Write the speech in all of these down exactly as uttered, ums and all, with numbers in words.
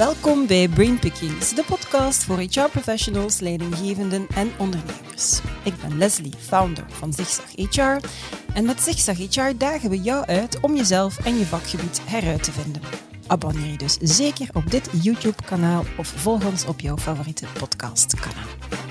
Welkom bij Brainpickings, de podcast voor H R-professionals, leidinggevenden en ondernemers. Ik ben Leslie, founder van Zigzag H R. En met Zigzag H R dagen we jou uit om jezelf en je vakgebied heruit te vinden. Abonneer je dus zeker op dit YouTube-kanaal of volg ons op jouw favoriete podcastkanaal.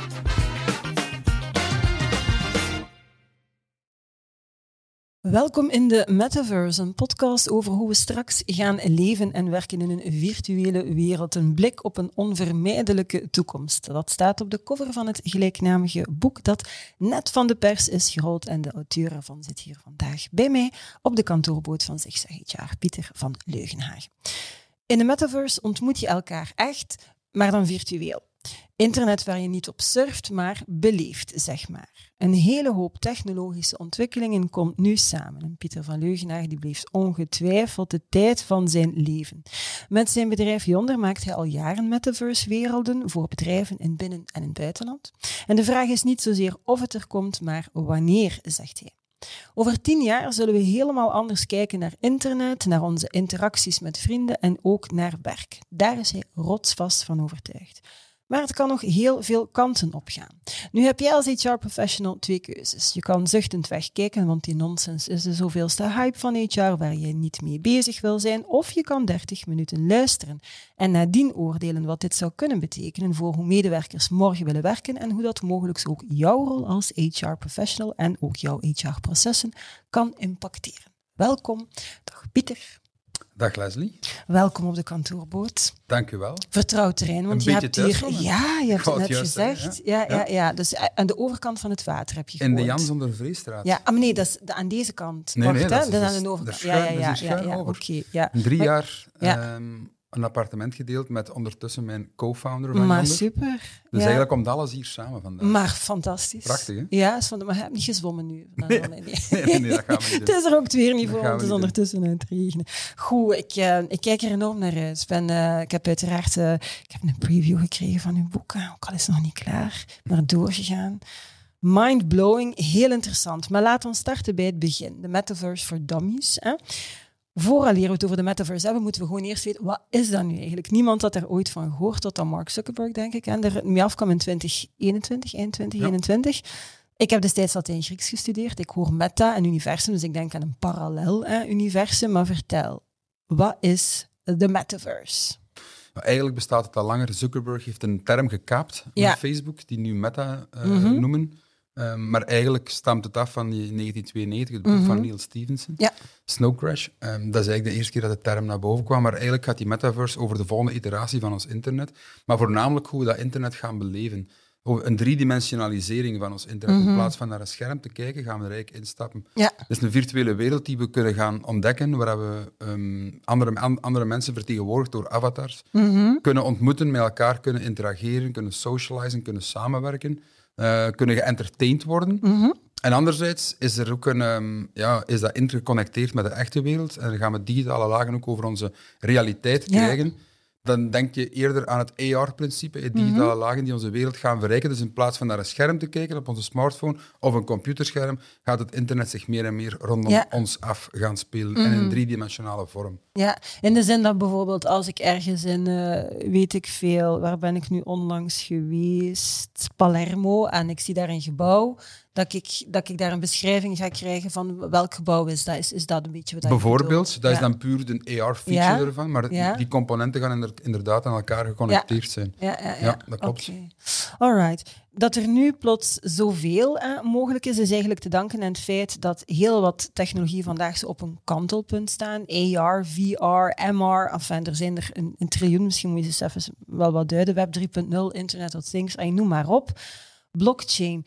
Welkom in de Metaverse, een podcast over hoe we straks gaan leven en werken in een virtuele wereld. Een blik op een onvermijdelijke toekomst. Dat staat op de cover van het gelijknamige boek dat net van de pers is gerold en de auteur ervan zit hier vandaag bij mij op de kantoorboot van Zigzag H R, Pieter van Leugenhagen. In de Metaverse ontmoet je elkaar echt, maar dan virtueel. Internet waar je niet op surft, maar beleeft, zeg maar. Een hele hoop technologische ontwikkelingen komt nu samen. En Pieter van Leugenhagen die beleeft ongetwijfeld de tijd van zijn leven. Met zijn bedrijf Yonder maakt hij al jaren metaverse-werelden voor bedrijven in binnen- en in het buitenland. En de vraag is niet zozeer of het er komt, maar wanneer, zegt hij. Over tien jaar zullen we helemaal anders kijken naar internet, naar onze interacties met vrienden en ook naar werk. Daar is hij rotsvast van overtuigd. Maar het kan nog heel veel kanten opgaan. Nu heb jij als H R-professional twee keuzes. Je kan zuchtend wegkijken, want die nonsens is de zoveelste hype van H R waar je niet mee bezig wil zijn. Of je kan dertig minuten luisteren en nadien oordelen wat dit zou kunnen betekenen voor hoe medewerkers morgen willen werken en hoe dat mogelijk ook jouw rol als H R-professional en ook jouw H R-processen kan impacteren. Welkom. Dag Pieter. Dag Leslie. Welkom op de kantoorboot. Dank u wel. Vertrouwd terrein, want een je hebt hier... Thuis, ja, je hebt het net juist, gezegd. Hè, ja. Ja, ja, ja. ja. Dus aan de overkant van het water heb je gewoond. In de Jan zonder Vreestraat. Ja, maar nee, dat is de, aan deze kant. Nee, Wacht, nee, hè? dat is, dat is dus, aan de overkant. Schuin, ja, ja, ja. ja, ja, ja. Oké, okay, ja. Drie maar, jaar ja. um, een appartement gedeeld met ondertussen mijn co-founder van Maar Yonder. super. Dus ja. eigenlijk komt alles hier samen vandaag. Maar fantastisch. Prachtig, hè? Ja, is van de, maar je hebt niet gezwommen nu. Nee, nee, nee. nee, nee, dat gaan we niet doen. Het is er ook het weer niet voor, gaan we het is niet ondertussen aan het regenen. Goed, ik, uh, ik kijk er enorm naar uit. Ik, ben, uh, ik heb uiteraard uh, ik heb een preview gekregen van uw boek, ook al is het nog niet klaar, maar doorgegaan. Mind-blowing, heel interessant. Maar laten we starten bij het begin. De Metaverse for Dummies. Hè? Vooraleer we het over de Metaverse hebben, moeten we gewoon eerst weten, wat is dat nu eigenlijk? Niemand had er ooit van gehoord, tot dan Mark Zuckerberg, denk ik, en er mee afkwam in twintig eenentwintig, eind twintig eenentwintig. Ja. Ik heb destijds Latijn-Grieks gestudeerd. Ik hoor meta en universum, dus ik denk aan een parallel hè, universum. Maar vertel, wat is de Metaverse? Nou, eigenlijk bestaat het al langer. Zuckerberg heeft een term gekaapt op ja. Facebook, die nu Meta uh, mm-hmm. noemen. Um, maar eigenlijk stamt het af van negentien tweeënnegentig, het boek mm-hmm. van Neil Stephenson, ja. Snow Crash. Um, dat is eigenlijk de eerste keer dat de term naar boven kwam, maar eigenlijk gaat die metaverse over de volgende iteratie van ons internet, maar voornamelijk hoe we dat internet gaan beleven. Over een driedimensionalisering van ons internet. Mm-hmm. In plaats van naar een scherm te kijken, gaan we er eigenlijk instappen. Ja. Het is een virtuele wereld die we kunnen gaan ontdekken, waar we um, andere, an, andere mensen vertegenwoordigd door avatars mm-hmm. kunnen ontmoeten, met elkaar kunnen interageren, kunnen socializen, kunnen samenwerken. Uh, kunnen geëntertained worden. Mm-hmm. En anderzijds is, er ook een, um, ja, is dat interconnecteerd met de echte wereld. En dan gaan we digitale lagen ook over onze realiteit krijgen. Ja. Dan denk je eerder aan het A R-principe, digitale mm-hmm. lagen die onze wereld gaan verrijken. Dus in plaats van naar een scherm te kijken op onze smartphone of een computerscherm, gaat het internet zich meer en meer rondom ja. ons af gaan spelen. Mm-hmm. En in een driedimensionale vorm. Ja, in de zin dat bijvoorbeeld als ik ergens in, uh, weet ik veel, waar ben ik nu onlangs geweest? Palermo, en ik zie daar een gebouw, dat ik, dat ik daar een beschrijving ga krijgen van welk gebouw is dat? Is, is dat een beetje wat dat bijvoorbeeld, dat ja. is dan puur de A R-feature ja. ervan, maar ja. die componenten gaan inderdaad aan elkaar geconnecteerd ja. zijn. Ja, ja, ja. ja dat klopt. Okay. Alright. Dat er nu plots zoveel eh, mogelijk is, is eigenlijk te danken aan het feit dat heel wat technologie vandaag zo op een kantelpunt staan. A R, V R, M R, enfin, er zijn er een, een triljoen, misschien moet je eens even wel wat duiden. Web drie punt nul, Internet of Things, noem maar op. Blockchain.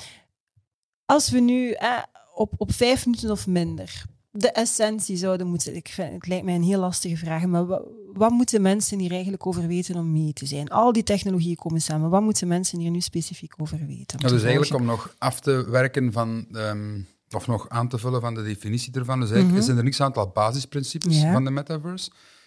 Als we nu eh, op, op vijf minuten of minder de essentie zouden moeten... Ik vind, het lijkt mij een heel lastige vraag, maar wat, wat moeten mensen hier eigenlijk over weten om mee te zijn? Al die technologieën komen samen. Wat moeten mensen hier nu specifiek over weten? Ja, dus eigenlijk om nog af te werken van... Um, of nog aan te vullen van de definitie ervan. Dus eigenlijk mm-hmm. zijn er niks aantal basisprincipes ja. van de metaverse.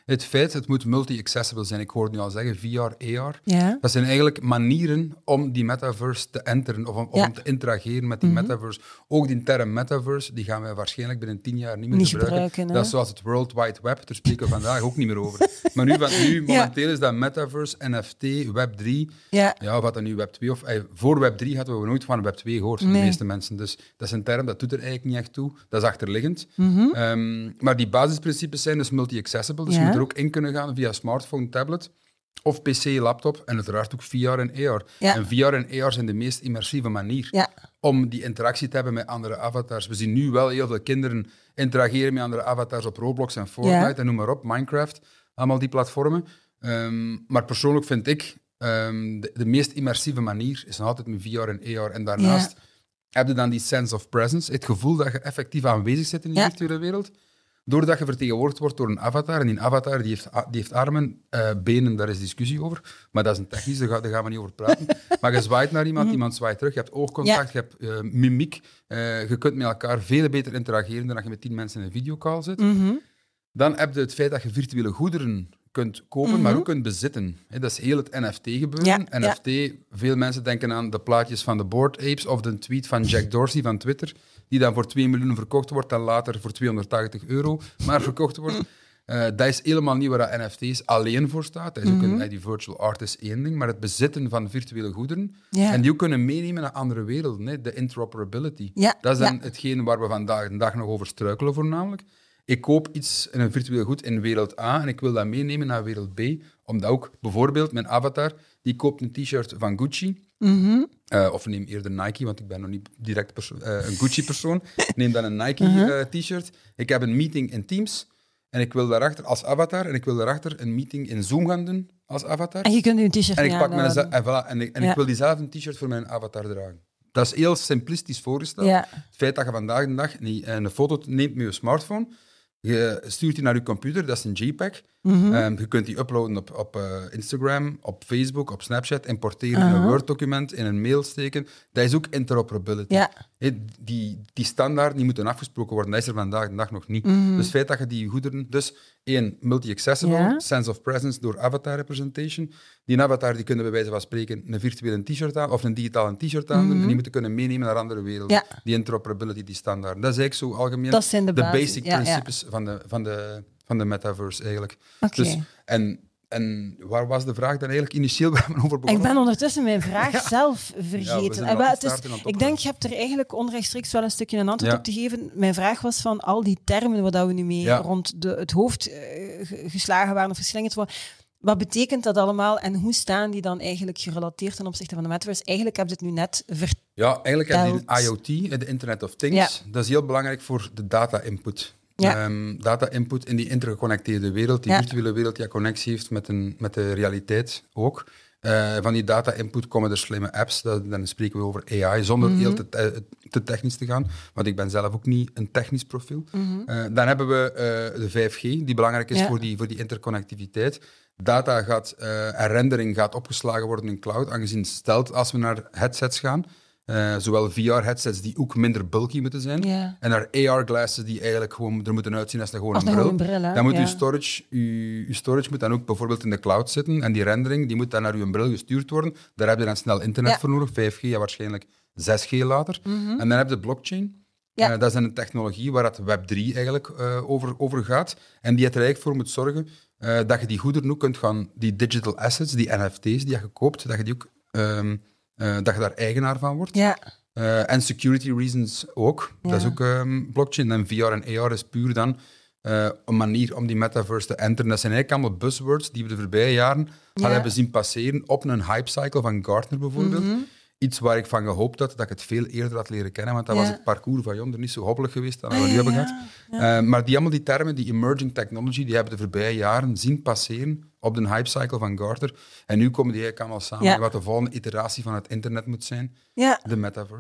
Het feit, het moet multi-accessible zijn. Ik hoorde nu al zeggen, V R, A R. Ja. Dat zijn eigenlijk manieren om die metaverse te enteren, of om, Ja. om te interageren met die Mm-hmm. metaverse. Ook die term metaverse, die gaan wij waarschijnlijk binnen tien jaar niet meer Niet gebruiken. gebruiken, hè? Dat is zoals het World Wide Web, daar spreken we vandaag ook niet meer over. Maar nu, van, nu momenteel is dat metaverse, N F T, Web drie. Ja. Ja, wat dan nu Web twee of... Eh, voor Web drie hadden we nooit van Web twee gehoord, Nee. de meeste mensen. Dus dat is een term, dat doet er eigenlijk niet echt toe. Dat is achterliggend. Mm-hmm. Um, maar die basisprincipes zijn dus multi-accessible. Dus Ja. je moet er ook in kunnen gaan via smartphone, tablet of P C, laptop en uiteraard ook V R en A R. Ja. En V R en A R zijn de meest immersieve manier Ja. om die interactie te hebben met andere avatars. We zien nu wel heel veel kinderen interageren met andere avatars op Roblox en Fortnite Ja. en noem maar op, Minecraft, allemaal die platformen. Um, maar persoonlijk vind ik, um, de, de meest immersieve manier is nog altijd met V R en A R. En daarnaast Ja. heb je dan die sense of presence, het gevoel dat je effectief aanwezig zit in die Ja. virtuele wereld. Doordat je vertegenwoordigd wordt door een avatar. En die avatar die heeft, die heeft armen, uh, benen, daar is discussie over. Maar dat is een technisch, daar, ga, daar gaan we niet over praten. Maar je zwaait naar iemand, iemand zwaait terug. Je hebt oogcontact, Ja. je hebt uh, mimiek. Uh, je kunt met elkaar veel beter interageren dan dat je met tien mensen in een videocall zit. Mm-hmm. Dan heb je het feit dat je virtuele goederen kunt kopen, mm-hmm. maar ook kunt bezitten. He, dat is heel het N F T-gebeuren. Ja, N F T, ja. Veel mensen denken aan de plaatjes van de Bored Apes of de tweet van Jack Dorsey van Twitter, die dan voor twee miljoen verkocht wordt en later voor tweehonderdtachtig euro maar verkocht wordt. Uh, dat is helemaal niet waar dat N F T's alleen voor staat. Dat is ook mm-hmm. een, die virtual art is één ding, maar het bezitten van virtuele goederen Ja. en die ook kunnen meenemen naar andere werelden. Hè. De interoperability. Ja, Dat is dan ja. hetgeen waar we vandaag de dag nog over struikelen voornamelijk. Ik koop iets in een virtueel goed in wereld A en ik wil dat meenemen naar wereld B, omdat ook bijvoorbeeld mijn avatar, die koopt een t-shirt van Gucci, Mm-hmm. uh, of neem eerder Nike, want ik ben nog niet direct perso- uh, een Gucci-persoon. Neem dan een Nike Mm-hmm. uh, t-shirt. Ik heb een meeting in Teams en ik wil daarachter als avatar en ik wil daarachter een meeting in Zoom gaan doen als avatar. En je kunt je een t-shirt En ik, niet pak mijn aanhouden. za- en, voilà, en, ik, en Ja. ik wil diezelfde t-shirt voor mijn avatar dragen. Dat is heel simplistisch voorgesteld. Ja. Het feit dat je vandaag de dag niet- een foto neemt met je smartphone, je stuurt die naar je computer, dat is een JPEG. Mm-hmm. Um, je kunt die uploaden op, op uh, Instagram, op Facebook, op Snapchat, importeren in Uh-huh. een Word-document, in een mail steken. Dat is ook interoperability. Ja. He, die, die standaarden die moeten afgesproken worden, dat is er vandaag de dag nog niet. Mm-hmm. Dus het feit dat je die goederen... Dus één, multi-accessible, Ja. sense of presence door avatar representation. Die avatar die kunnen bij wijze van spreken een virtuele t-shirt aan, of een digitale t-shirt aan doen, Mm-hmm. en die moeten kunnen meenemen naar andere werelden. Ja. Die interoperability, die standaarden. Dat is eigenlijk zo algemeen Dat zijn de basis, basic ja, ja. principes van de, van, de, van de metaverse eigenlijk. Oké. Dus, en, en waar was de vraag dan eigenlijk initieel waar we over begonnen? Ik ben ondertussen mijn vraag Ja. zelf Ja, we vergeten. zijn En er wel, al het is, gestart en aan het ik denk, je hebt er eigenlijk onrechtstreeks wel een stukje een antwoord Ja. op te geven. Mijn vraag was van al die termen waar we nu mee Ja. rond de, het hoofd eh, ge- geslagen waren of geslingerd worden. Wat betekent dat allemaal en hoe staan die dan eigenlijk gerelateerd ten opzichte van de metaverse? Eigenlijk heb je het nu net verteld. Ja, eigenlijk heb je Telt. I O T, de Internet of Things. Ja. Dat is heel belangrijk voor de data-input. Ja. Ehm, data-input in die intergeconnecteerde wereld, die Ja. virtuele wereld die ja connectie heeft met, een, met de realiteit ook. Uh, van die data-input komen er slimme apps, dat, dan spreken we over A I, zonder Mhm. heel te, te, te technisch te gaan, want ik ben zelf ook niet een technisch profiel. Mhm. Uh, dan hebben we uh, de vijf G, die belangrijk is Ja. voor, die, voor die interconnectiviteit. Data gaat, uh, en rendering gaat opgeslagen worden in cloud, aangezien stelt als we naar headsets gaan, uh, zowel V R-headsets die ook minder bulky moeten zijn, Ja. en naar A R-glasses die eigenlijk gewoon er moeten uitzien als gewoon Als een een bril. gewoon een bril, hè? Dan moet Ja. uw storage, uw, uw storage moet dan ook bijvoorbeeld in de cloud zitten en die rendering die moet dan naar uw bril gestuurd worden. Daar heb je dan snel internet Ja. voor nodig, vijf G, ja waarschijnlijk zes G later. Mhm. En dan heb je blockchain. Ja. Uh, dat is een technologie waar het Web drie eigenlijk uh, over, over gaat en die het er eigenlijk voor moet zorgen uh, dat je die goederen ook kunt gaan, die digital assets, die N F T's die je koopt, dat je, die ook, um, uh, dat je daar eigenaar van wordt. Ja. Uh, en security reasons ook. Ja. Dat is ook um, blockchain. En V R en A R is puur dan uh, een manier om die metaverse te enteren. Dat zijn eigenlijk allemaal buzzwords die we de voorbije jaren Ja. al hebben zien passeren op een hypecycle van Gartner bijvoorbeeld. Mhm. Iets waar ik van gehoopt had dat ik het veel eerder had leren kennen, want dat Ja. was het parcours van Yonder niet zo hobbelig geweest dan Ah, we nu ja, hebben ja. gehad. Ja. Uh, maar die allemaal die termen, die emerging technology, die hebben de voorbije jaren zien passeren op de hypecycle van Gartner. En nu komen die eigenlijk allemaal samen Ja. in wat de volgende iteratie van het internet moet zijn, Ja. de metaverse.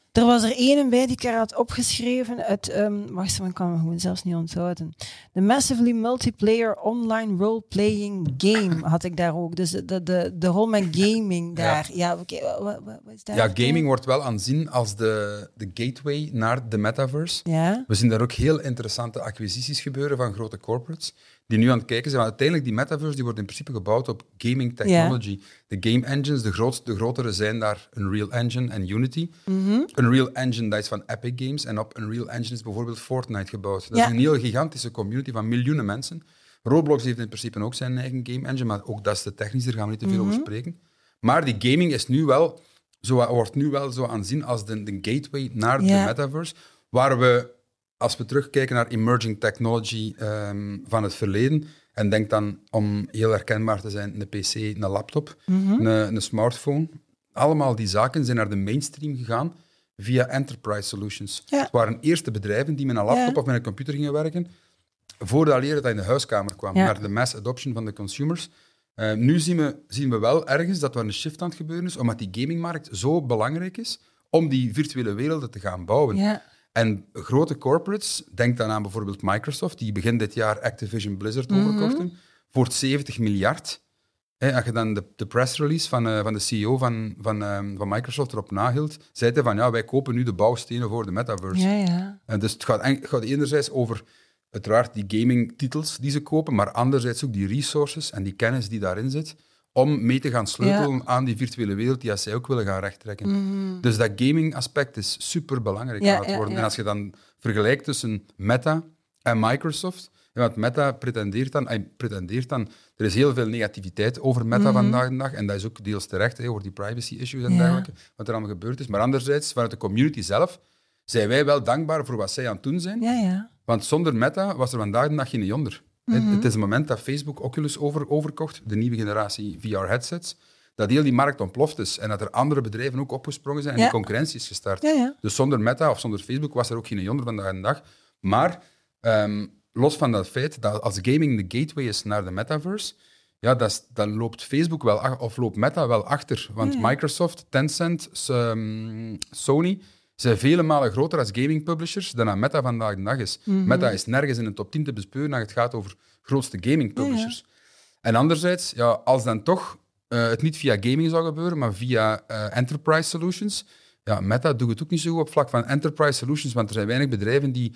Er was er één bij die ik er had opgeschreven. Het, um, wacht, ik kan me gewoon zelfs niet onthouden. The Massively Multiplayer Online Role-Playing Game had ik daar ook. Dus de, de, de, de rol met gaming daar. Ja, ja oké. Okay, wat, wat, wat is daar? Ja, gaming wordt wel aanzien als de, de gateway naar de metaverse. Ja. We zien daar ook heel interessante acquisities gebeuren van grote corporates die nu aan het kijken zijn. Want uiteindelijk, die metaverse die wordt in principe gebouwd op gaming technology. Ja. De game engines, de, grootste, de grotere zijn daar Unreal Engine en Unity. Mm-hmm. Unreal Engine, dat is van Epic Games. En op Unreal Engine is bijvoorbeeld Fortnite gebouwd. Dat ja. is een heel gigantische community van miljoenen mensen. Roblox heeft in principe ook zijn eigen game engine, maar ook dat is te technisch, daar gaan we niet te veel mm-hmm. over spreken. Maar die gaming is nu wel, zo, wordt nu wel zo aanzien als de, de gateway naar ja. de metaverse, waar we, als we terugkijken naar emerging technology um, van het verleden, en denk dan, om heel herkenbaar te zijn, een pc, een laptop, mm-hmm. een, een smartphone, allemaal die zaken zijn naar de mainstream gegaan via enterprise solutions. Ja. Het waren eerste bedrijven die met een laptop ja. of met een computer gingen werken, voordat dat in de huiskamer kwam, ja. naar de mass adoption van de consumers. Uh, nu zien we, zien we wel ergens dat er een shift aan het gebeuren is, omdat die gamingmarkt zo belangrijk is om die virtuele werelden te gaan bouwen. Ja. En grote corporates, denk dan aan bijvoorbeeld Microsoft, die begin dit jaar Activision Blizzard Mm-hmm. overkochten, voor zeventig miljard. Hey, als je dan de, de press release van, uh, van de C E O van, van, um, van Microsoft erop nahield, zei hij van ja, wij kopen nu de bouwstenen voor de metaverse. Ja, ja. En dus het gaat, het gaat enerzijds over uiteraard die gaming-titels die ze kopen, maar anderzijds ook die resources en die kennis die daarin zit, om mee te gaan sleutelen ja. aan die virtuele wereld die als zij ook willen gaan rechttrekken. Mm-hmm. Dus dat gaming-aspect is superbelangrijk ja, aan het worden. Ja, ja. En als je dan vergelijkt tussen Meta en Microsoft, ja, want Meta pretendeert dan, hij pretendeert dan, er is heel veel negativiteit over Meta mm-hmm. vandaag de dag, en dat is ook deels terecht, hè, over die privacy-issues en ja. dergelijke, wat er allemaal gebeurd is. Maar anderzijds, vanuit de community zelf, zijn wij wel dankbaar voor wat zij aan het doen zijn. Ja, ja. Want zonder Meta was er vandaag de dag geen yonder. Mm-hmm. Het is het moment dat Facebook Oculus over, overkocht, de nieuwe generatie V R-headsets, dat heel die markt ontploft is en dat er andere bedrijven ook opgesprongen zijn en ja. die concurrentie is gestart. Ja, ja. Dus zonder Meta of zonder Facebook was er ook geen yonder vandaag de dag. Maar um, los van dat feit dat als gaming de gateway is naar de metaverse, ja, dat is, dan loopt Facebook wel, of loopt Meta wel achter. Want ja, ja. Microsoft, Tencent, um, Sony zijn vele malen groter als gaming publishers dan aan Meta vandaag de dag is. Mm-hmm. Meta is nergens in de top tien te bespeuren als het gaat over grootste gaming publishers. Ja, ja. En anderzijds, ja, als dan toch uh, het niet via gaming zou gebeuren, maar via uh, enterprise solutions, ja, Meta doet het ook niet zo goed op vlak van enterprise solutions, want er zijn weinig bedrijven die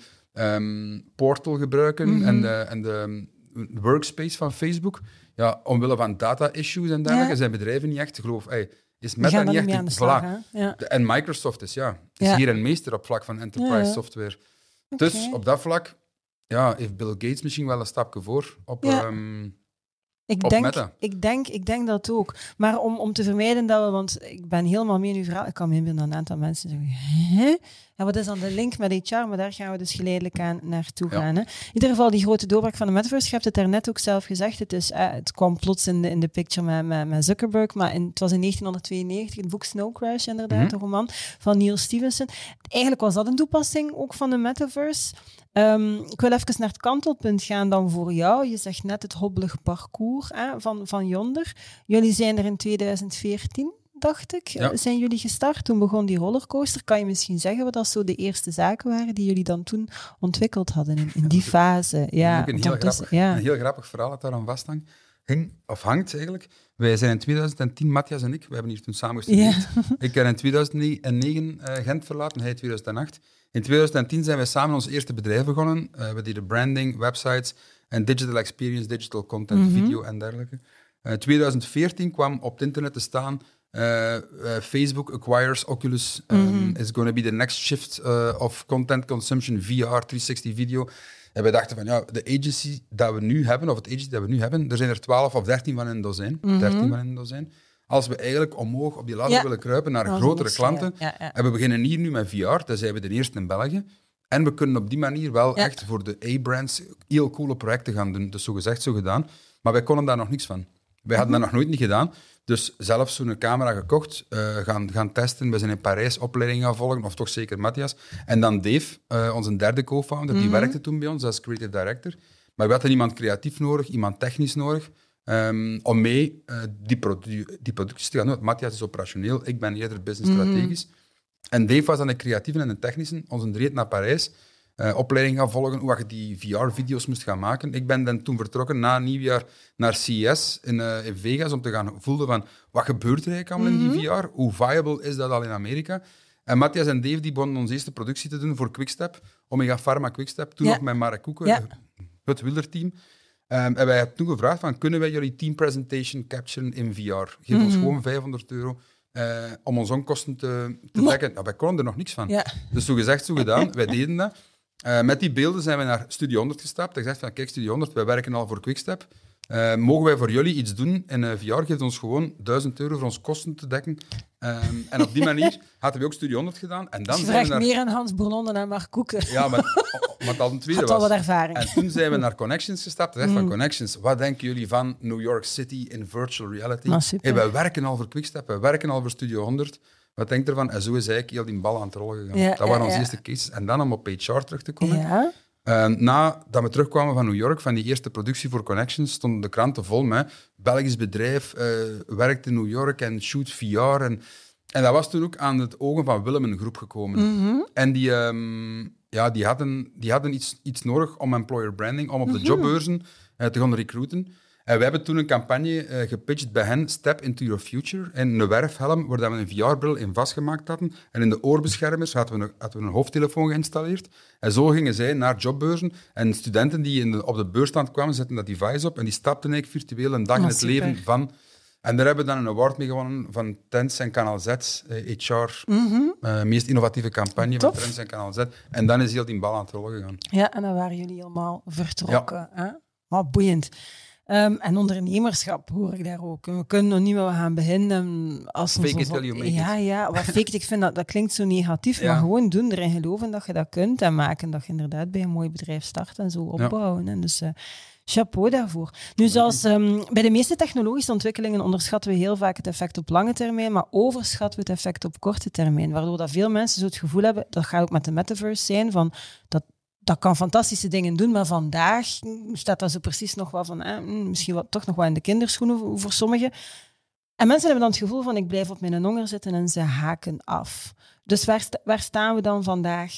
um, Portal gebruiken mm-hmm. en, de, en de workspace van Facebook. Ja, omwille van data-issues en dergelijke ja. zijn bedrijven niet echt, geloof ik. Is Meta niet echt aan de slag, ja. En Microsoft is, ja, is ja. hier een meester op vlak van enterprise ja. software. Okay. Dus op dat vlak ja, heeft Bill Gates misschien wel een stapje voor op, ja. um, ik op denk, Meta. Ik denk, ik denk dat ook. Maar om, om te vermijden dat we... Want ik ben helemaal mee in uw verhaal. Ik kan me inbeelden dat een aantal mensen zeggen... Hè? En wat is dan de link met H R? Maar daar gaan we dus geleidelijk aan naartoe ja. gaan. Hè? In ieder geval, die grote doorbraak van de metaverse. Je hebt het daarnet ook zelf gezegd. Het, is, uh, het kwam plots in de, in de picture met, met, met Zuckerberg. Maar in, het was in negentienhonderdtweeënnegentig. Het boek Snow Crash, inderdaad. Mm-hmm. Een roman van Neil Stephenson. Eigenlijk was dat een toepassing ook van de metaverse. Um, ik wil even naar het kantelpunt gaan dan voor jou. Je zegt net het hobbelige parcours hè, van, van Yonder. Jullie zijn er in tweeduizend veertien, dacht ik, ja. zijn jullie gestart. Toen begon die rollercoaster. Kan je misschien zeggen wat dat zo de eerste zaken waren die jullie dan toen ontwikkeld hadden in, in die fase? Ja, ook een, heel dus, grappig, ja. een heel grappig verhaal dat daar aan vasthangt. Hing, of hangt eigenlijk. Wij zijn in tweeduizend tien, Matthias en ik, we hebben hier toen samen gestudeerd. Ja. Ik heb in tweeduizend negen uh, Gent verlaten, hij in tweeduizend acht. In tweeduizend tien zijn wij samen ons eerste bedrijf begonnen. Uh, we deden branding, websites en digital experience, digital content, mm-hmm. video en dergelijke. In uh, tweeduizend veertien kwam op het internet te staan uh, uh, Facebook acquires Oculus. Um, mm-hmm. Is going to be the next shift uh, of content consumption, V R, driehonderdzestig video. En wij dachten van, ja, de agency dat we nu hebben, of het agency dat we nu hebben, er zijn er twaalf of dertien van in een dozijn. Mm-hmm. dertien van in een dozijn. Als we eigenlijk omhoog op die ladder ja. willen kruipen naar oh, grotere klanten, ja, ja. en we beginnen hier nu met V R, dan zijn we de eerste in België. En we kunnen op die manier wel ja. echt voor de A-brands heel coole projecten gaan doen. Dus zo gezegd, zo gedaan. Maar wij konden daar nog niks van. Wij hadden mm-hmm. dat nog nooit niet gedaan. Dus zelf zo'n camera gekocht, uh, gaan, gaan testen. We zijn in Parijs opleidingen gaan volgen, of toch zeker Matthias. En dan Dave, uh, onze derde co-founder, mm-hmm. die werkte toen bij ons als creative director. Maar we hadden iemand creatief nodig, iemand technisch nodig, um, om mee uh, die, produ- die producties te gaan doen. Want Matthias is operationeel, ik ben eerder business-strategisch. Mm-hmm. En Dave was dan de creatieve en de technische. Onze drie naar Parijs. Uh, opleiding gaan volgen, hoe je die V R-video's moest gaan maken. Ik ben dan toen vertrokken na nieuwjaar naar C E S in, uh, in Vegas om te gaan voelen van wat gebeurt er eigenlijk allemaal mm-hmm. in die V R? Hoe viable is dat al in Amerika? En Matthias en Dave die begonnen onze eerste productie te doen voor Quickstep, Omega Pharma Quickstep, toen ja. nog met Mark Koeken, ja. het Wilder-team. Um, en wij hebben toen gevraagd van, kunnen wij jullie team presentation capturen in V R? Geef mm-hmm. ons gewoon vijfhonderd euro uh, om onze onkosten te, te dekken. Ja, wij konden er nog niks van. Ja. Dus zo gezegd, zo gedaan. Wij deden dat. Uh, met die beelden zijn we naar Studio honderd gestapt. Ik zei van, kijk, Studio honderd, wij werken al voor Quickstep. Uh, mogen wij voor jullie iets doen in uh, V R? Geeft ons gewoon duizend euro voor onze kosten te dekken. Um, en op die manier hadden we ook Studio honderd gedaan. En dan je zijn we naar... meer aan Hans Bourlon dan aan Mark Koeken. Ja, maar wat al een tweede had was. al wat ervaring. En toen zijn we naar Connections gestapt. Ik zei mm. van, Connections, wat denken jullie van New York City in virtual reality? Nou, hey, wij werken al voor Quickstep, wij werken al voor Studio honderd. Wat denk je ervan? En zo is eigenlijk heel die bal aan het rollen gegaan. Ja, dat waren ja, onze ja. eerste cases. En dan om op H R terug te komen. Ja. Uh, nadat we terugkwamen van New York, van die eerste productie voor Connections, stonden de kranten vol met Belgisch bedrijf, uh, werkt in New York en shoot V R. En, en dat was toen ook aan het ogen van Willem een groep gekomen. Mm-hmm. En die, um, ja, die hadden, die hadden iets, iets nodig om employer branding, om op de jobbeurzen uh, te gaan recruiten. En we hebben toen een campagne uh, gepitcht bij hen, Step into Your Future, in een werfhelm, waar we een V R-bril in vastgemaakt hadden. En in de oorbeschermers hadden we, een, hadden we een hoofdtelefoon geïnstalleerd. En zo gingen zij naar jobbeurzen. En studenten die in de, op de beursstand kwamen, zetten dat device op en die stapten eigenlijk virtueel een dag oh, in het super. leven van... En daar hebben we dan een award mee gewonnen van Trends en Kanaal Z, uh, H R, mm-hmm. uh, meest innovatieve campagne Tof. van Trends en Kanaal Z. En dan is heel die bal aan het rollen gegaan. Ja, en dan waren jullie helemaal vertrokken. Ja. Hè? Oh, boeiend. Um, en ondernemerschap hoor ik daar ook. We kunnen nog niet meer gaan beginnen. Als fake it till you make ja, it. Ja, wat fake it, ik vind dat, dat klinkt zo negatief, ja. maar gewoon doen, erin geloven dat je dat kunt en maken dat je inderdaad bij een mooi bedrijf start en zo opbouwen. Ja. En dus uh, chapeau daarvoor. Nu, zoals um, bij de meeste technologische ontwikkelingen onderschatten we heel vaak het effect op lange termijn, maar overschatten we het effect op korte termijn, waardoor dat veel mensen zo het gevoel hebben, dat gaat ook met de metaverse zijn, van dat Dat kan fantastische dingen doen, maar vandaag staat dat zo precies nog wel van, eh, misschien wat, toch nog wel in de kinderschoenen voor sommigen. En mensen hebben dan het gevoel van, ik blijf op mijn honger zitten en ze haken af. Dus waar, sta, waar staan we dan vandaag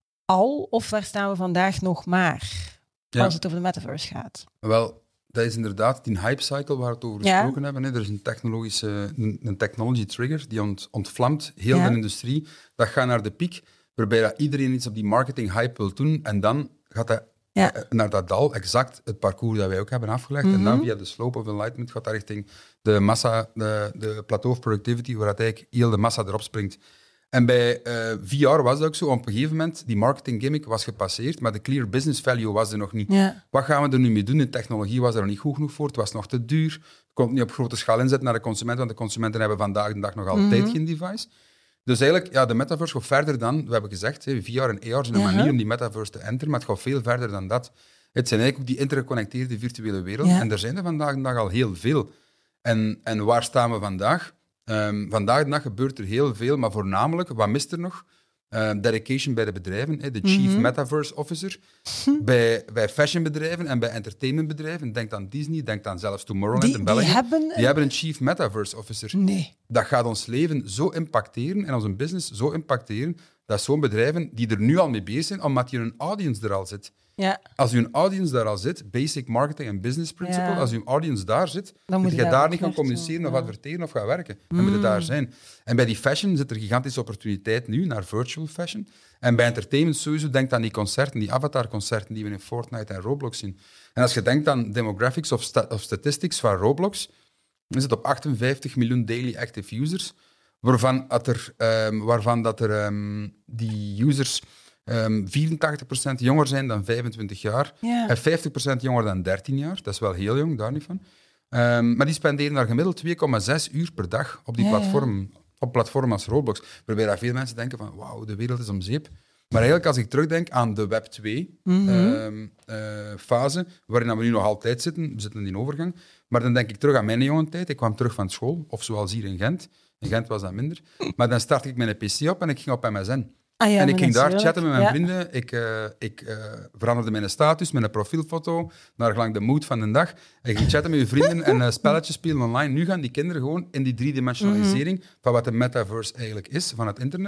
al, of waar staan we vandaag nog maar, ja. als het over de metaverse gaat? Wel, dat is inderdaad die hype-cycle waar we het over gesproken ja. hebben. Hè. Er is een, technologische, een, een technology trigger die ont, ontvlamt heel ja. de industrie. Dat gaat naar de piek, waarbij dat iedereen iets op die marketing-hype wil doen. En dan gaat dat ja. naar dat dal, exact het parcours dat wij ook hebben afgelegd. Mm-hmm. En dan via de slope of enlightenment gaat dat richting de massa, de, de plateau of productivity, waar dat eigenlijk heel de massa erop springt. En bij uh, V R was dat ook zo. Op een gegeven moment, die marketing gimmick was gepasseerd, maar de clear business value was er nog niet. Ja. Wat gaan we er nu mee doen? De technologie was er nog niet goed genoeg voor, het was nog te duur. Je kon het niet op grote schaal inzetten naar de consument, want de consumenten hebben vandaag de dag nog altijd mm-hmm. geen device. Dus eigenlijk, ja, de metaverse gaat verder dan, we hebben gezegd, hè, V R en A R zijn een uh-huh. manier om die metaverse te enteren, maar het gaat veel verder dan dat. Het zijn eigenlijk ook die intergeconnecteerde virtuele wereld. Ja. En er zijn er vandaag de dag al heel veel. En, en waar staan we vandaag? Um, vandaag de dag gebeurt er heel veel, maar voornamelijk, wat mist er nog? Uh, dedication bij de bedrijven, hè, de Chief mm-hmm. Metaverse Officer. bij, bij fashionbedrijven en bij entertainmentbedrijven. Denk aan Disney, denk aan zelfs Tomorrowland die, in België. Die hebben, die hebben een Chief Metaverse Officer. Nee. Dat gaat ons leven zo impacteren en onze business zo impacteren, dat zo'n bedrijven die er nu al mee bezig zijn, omdat je een audience er al zit. Ja. Als je een audience daar al zit, basic marketing en business principle, ja. als je een audience daar zit, dan moet je daar, daar niet gaan communiceren of ja. adverteren of gaan werken. Dan mm. moet je daar zijn. En bij die fashion zit er gigantische opportuniteit nu naar virtual fashion. En bij entertainment sowieso, denk aan die concerten, die avatar-concerten die we in Fortnite en Roblox zien. En als je denkt aan demographics of, sta- of statistics van Roblox, is het op achtenvijftig miljoen daily active users, waarvan dat er, um, waarvan dat er um, die users um, vierentachtig procent jonger zijn dan vijfentwintig jaar yeah. en vijftig procent jonger dan dertien jaar. Dat is wel heel jong, daar niet van. Um, maar die spenderen daar gemiddeld twee komma zes uur per dag op die yeah, platform, yeah. op platformen als Roblox. Waarbij dat veel mensen denken van, wauw, de wereld is om zeep. Maar eigenlijk, als ik terugdenk aan de Web twee mm-hmm. um, uh, fase, waarin we nu nog altijd zitten, we zitten in die overgang, maar dan denk ik terug aan mijn jonge tijd. Ik kwam terug van school, of zoals hier in Gent. In Gent was dat minder. Maar dan startte ik mijn P C op en ik ging op M S N. Ah, ja, en ik ging daar chatten met mijn ja. vrienden. Ik, uh, ik uh, veranderde mijn status, mijn profielfoto, naar gelang de mood van de dag. Ik ging chatten met je vrienden en uh, spelletjes spelen online. Nu gaan die kinderen gewoon in die driedimensionalisering mm-hmm. van wat de metaverse eigenlijk is, van het internet.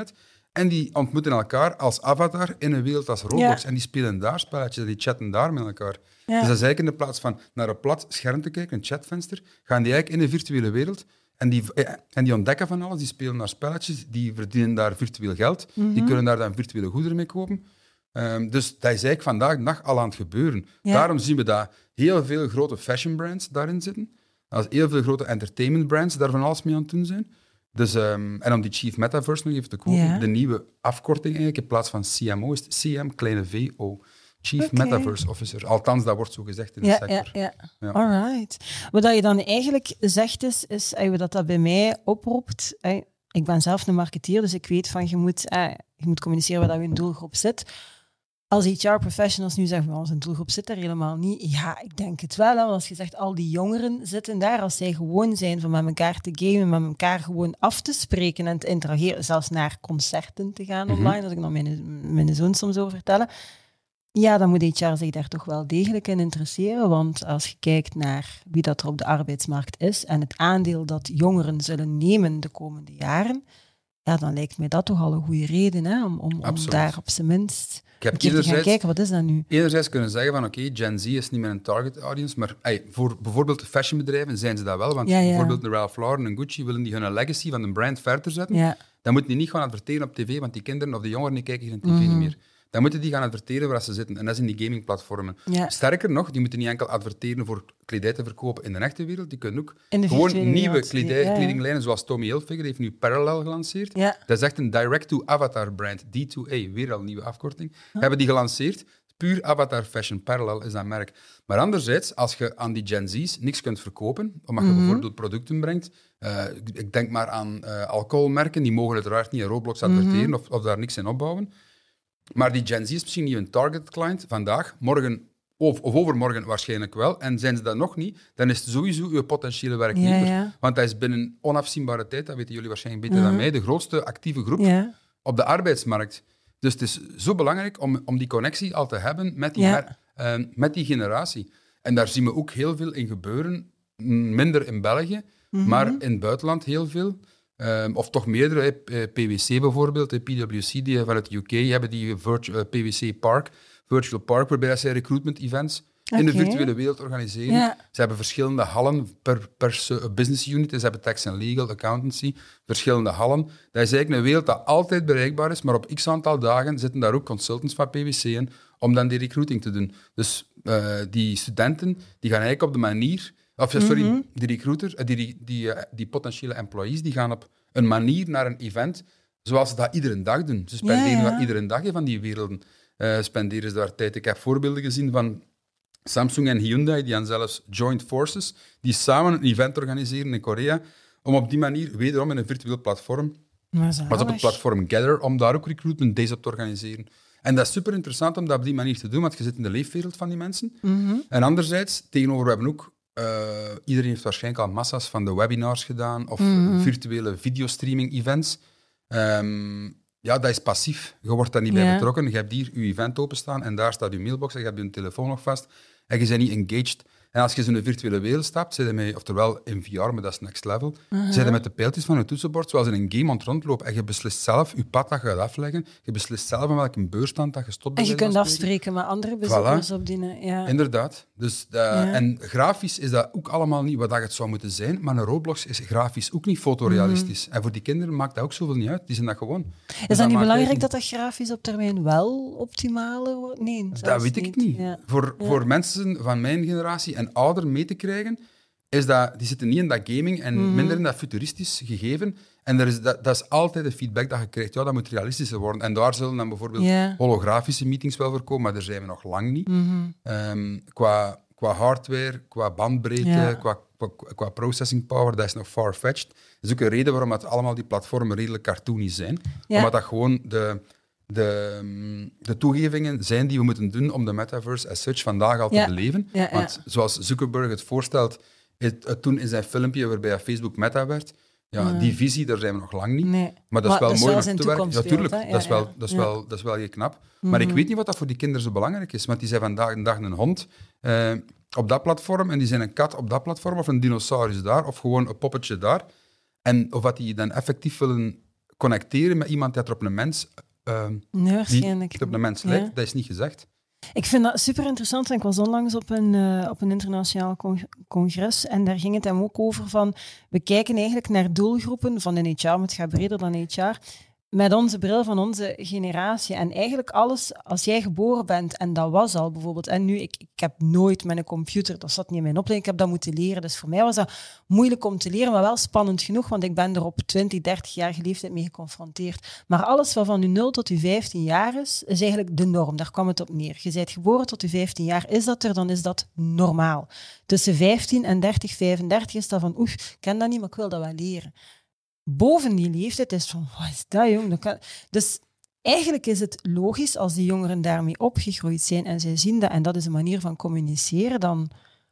En die ontmoeten elkaar als avatar in een wereld als Roblox. Ja. En die spelen daar spelletjes en die chatten daar met elkaar. Ja. Dus dat is eigenlijk in de plaats van naar een plat scherm te kijken, een chatvenster, gaan die eigenlijk in de virtuele wereld en die, en die ontdekken van alles. Die spelen naar spelletjes, die verdienen daar virtueel geld. Mm-hmm. Die kunnen daar dan virtuele goederen mee kopen. Um, dus dat is eigenlijk vandaag de dag al aan het gebeuren. Ja. Daarom zien we dat heel veel grote fashion brands daarin zitten. Dat heel veel grote entertainment brands daar van alles mee aan het doen zijn. Dus, um, en om die Chief Metaverse nog even te kopen, ja. de nieuwe afkorting eigenlijk, in plaats van C M O is het C M, kleine V O. Chief okay. Metaverse Officer. Althans, dat wordt zo gezegd in de ja, sector. Ja, ja. Ja. Alright. Wat je dan eigenlijk zegt is, is dat dat bij mij oproept. Ik ben zelf een marketeer, dus ik weet van je moet, je moet communiceren waar je doelgroep zit. Als H R-professionals nu zeggen, onze doelgroep zit er helemaal niet. Ja, ik denk het wel. Hè, want als je zegt, al die jongeren zitten daar. Als zij gewoon zijn van met elkaar te gamen, met elkaar gewoon af te spreken en te interageren, zelfs naar concerten te gaan online, mm-hmm. dat ik nog mijn, mijn zoon soms over vertellen. Ja, dan moet H R zich daar toch wel degelijk in interesseren. Want als je kijkt naar wie dat er op de arbeidsmarkt is en het aandeel dat jongeren zullen nemen de komende jaren, ja, dan lijkt mij dat toch al een goede reden hè, om, om, om daar op zijn minst ik heb een keer te gaan kijken. Wat is dat nu? Enerzijds kunnen zeggen van oké, okay, Gen Z is niet meer een target audience, maar ey, voor bijvoorbeeld fashionbedrijven zijn ze dat wel. Want ja, ja. bijvoorbeeld de Ralph Lauren en Gucci willen die hun legacy van een brand verder zetten. Ja. Dan moeten die niet gaan adverteren op tv, want die kinderen of de jongeren die kijken geen tv mm-hmm. niet meer. Dan moeten die gaan adverteren waar ze zitten. En dat is in die gamingplatformen. Ja. Sterker nog, die moeten niet enkel adverteren voor kledij te verkopen in de echte wereld. Die kunnen ook gewoon nieuwe kledij, ja, ja. kledinglijnen, zoals Tommy Hilfiger heeft nu Parallel gelanceerd. Ja. Dat is echt een direct-to-avatar brand, D twee A, weer al een nieuwe afkorting. Huh? Hebben die gelanceerd. Puur avatar fashion, Parallel is dat merk. Maar anderzijds, als je aan die Gen Z's niks kunt verkopen, omdat je mm-hmm. bijvoorbeeld producten brengt, uh, ik denk maar aan uh, alcoholmerken, die mogen uiteraard niet in Roblox adverteren mm-hmm. of, of daar niks in opbouwen. Maar die Gen Z is misschien niet een target client vandaag, morgen of, of overmorgen waarschijnlijk wel. En zijn ze dat nog niet, dan is het sowieso uw potentiële werknemer. Ja, ja. Want dat is binnen onafzienbare tijd, dat weten jullie waarschijnlijk beter uh-huh. dan mij, de grootste actieve groep ja. op de arbeidsmarkt. Dus het is zo belangrijk om, om die connectie al te hebben met die, ja. her, uh, met die generatie. En daar zien we ook heel veel in gebeuren. Minder in België, mm-hmm. maar in het buitenland heel veel. Um, of toch meerdere, P W C bijvoorbeeld, P W C, die vanuit de U K hebben die virtu- uh, P W C Park, Virtual Park, waarbij zij recruitment events okay. in de virtuele wereld organiseren. Ja. Ze hebben verschillende hallen per, per business unit. Ze hebben tax en legal, accountancy, verschillende hallen. Dat is eigenlijk een wereld dat altijd bereikbaar is, maar op x aantal dagen zitten daar ook consultants van P W C in om dan die recruiting te doen. Dus uh, die studenten die gaan eigenlijk op de manier... Of sorry, mm-hmm. die recruiter, die, die, die, die potentiële employees, die gaan op een manier naar een event zoals ze dat iedere dag doen. Ze spenderen ja, ja. dat iedere dag van die werelden. Uh, spenderen ze daar tijd. Ik heb voorbeelden gezien van Samsung en Hyundai, die aan zelfs joint forces, die samen een event organiseren in Korea, om op die manier, wederom in een virtueel platform, was op het platform Gather, om daar ook recruitment days op te organiseren. En dat is super interessant om dat op die manier te doen, want je zit in de leefwereld van die mensen. Mm-hmm. En anderzijds, tegenover, we hebben ook Uh, iedereen heeft waarschijnlijk al massa's van de webinars gedaan of mm-hmm. virtuele videostreaming-events. Um, ja, dat is passief. Je wordt daar niet bij yeah. betrokken. Je hebt hier je event openstaan en daar staat je mailbox en je hebt je telefoon nog vast en je bent niet engaged. En als je in de virtuele wereld stapt, zit je met, oftewel in V R, maar dat is next level, uh-huh. zit je met de pijltjes van je toetsenbord, zoals in een game aan het rondlopen. En je beslist zelf je pad dat je gaat afleggen. Je beslist zelf aan welke beurstand dat je stopt. En je kunt afspreken met andere bezoekers voilà. op die... Ja. Inderdaad. Dus, uh, ja. En grafisch is dat ook allemaal niet wat dat het zou moeten zijn, maar een Roblox is grafisch ook niet fotorealistisch. Mm-hmm. En voor die kinderen maakt dat ook zoveel niet uit. Die zijn dat gewoon. Is dus dat, dat niet belangrijk dat dat grafisch op termijn wel optimaler wordt? Nee, dat weet niet. ik niet. Ja. Voor, ja. voor mensen van mijn generatie en ouder mee te krijgen, is dat, die zitten niet in dat gaming en mm-hmm. minder in dat futuristisch gegeven. En er is, dat, dat is altijd de feedback dat je krijgt. Ja, dat moet realistischer worden. En daar zullen dan bijvoorbeeld yeah. holografische meetings wel voorkomen, maar daar zijn we nog lang niet. Mm-hmm. Um, qua, qua hardware, qua bandbreedte, yeah. qua, qua, qua processing power, dat is nog far-fetched. Dat is ook een reden waarom het allemaal die platformen redelijk cartoony zijn. Yeah. Omdat dat gewoon de... De, de toegevingen zijn die we moeten doen om de metaverse as such vandaag al te ja. beleven. Ja, ja. Want zoals Zuckerberg het voorstelt, het, het toen in zijn filmpje waarbij Facebook meta werd, ja, ja. die visie, daar zijn we nog lang niet. Nee. Maar dat is maar wel mooi om te werken. Natuurlijk, ja, dat, is wel, dat, is ja. wel, dat is wel heel knap. Mm-hmm. Maar ik weet niet wat dat voor die kinderen zo belangrijk is. Want die zijn vandaag een dag een hond uh, op dat platform en die zijn een kat op dat platform of een dinosaurus daar of gewoon een poppetje daar. En of wat die dan effectief willen connecteren met iemand die er op een mens, uh, nee, waarschijnlijk. die op een mens lijkt. Ja. Dat is niet gezegd. Ik vind dat super interessant. Ik was onlangs op een, uh, op een internationaal con- congres en daar ging het hem ook over van, we kijken eigenlijk naar doelgroepen van de H R, maar het gaat breder dan H R, met onze bril van onze generatie. En eigenlijk alles, als jij geboren bent, en dat was al bijvoorbeeld, en nu, ik, ik heb nooit met een computer, dat zat niet in mijn opleiding, ik heb dat moeten leren, dus voor mij was dat moeilijk om te leren, maar wel spannend genoeg, want ik ben er op twintig, dertig-jarige leeftijd mee geconfronteerd. Maar alles wat van je nul tot je vijftien jaar is, is eigenlijk de norm, daar kwam het op neer. Je bent geboren tot je vijftien jaar, is dat er, dan is dat normaal. Tussen vijftien en dertig, vijfendertig is dat van, oeh, ik ken dat niet, maar ik wil dat wel leren. Boven die leeftijd is van, wat is dat, jong? Dat kan... Dus eigenlijk is het logisch als die jongeren daarmee opgegroeid zijn en zij zien dat, en dat is een manier van communiceren, dan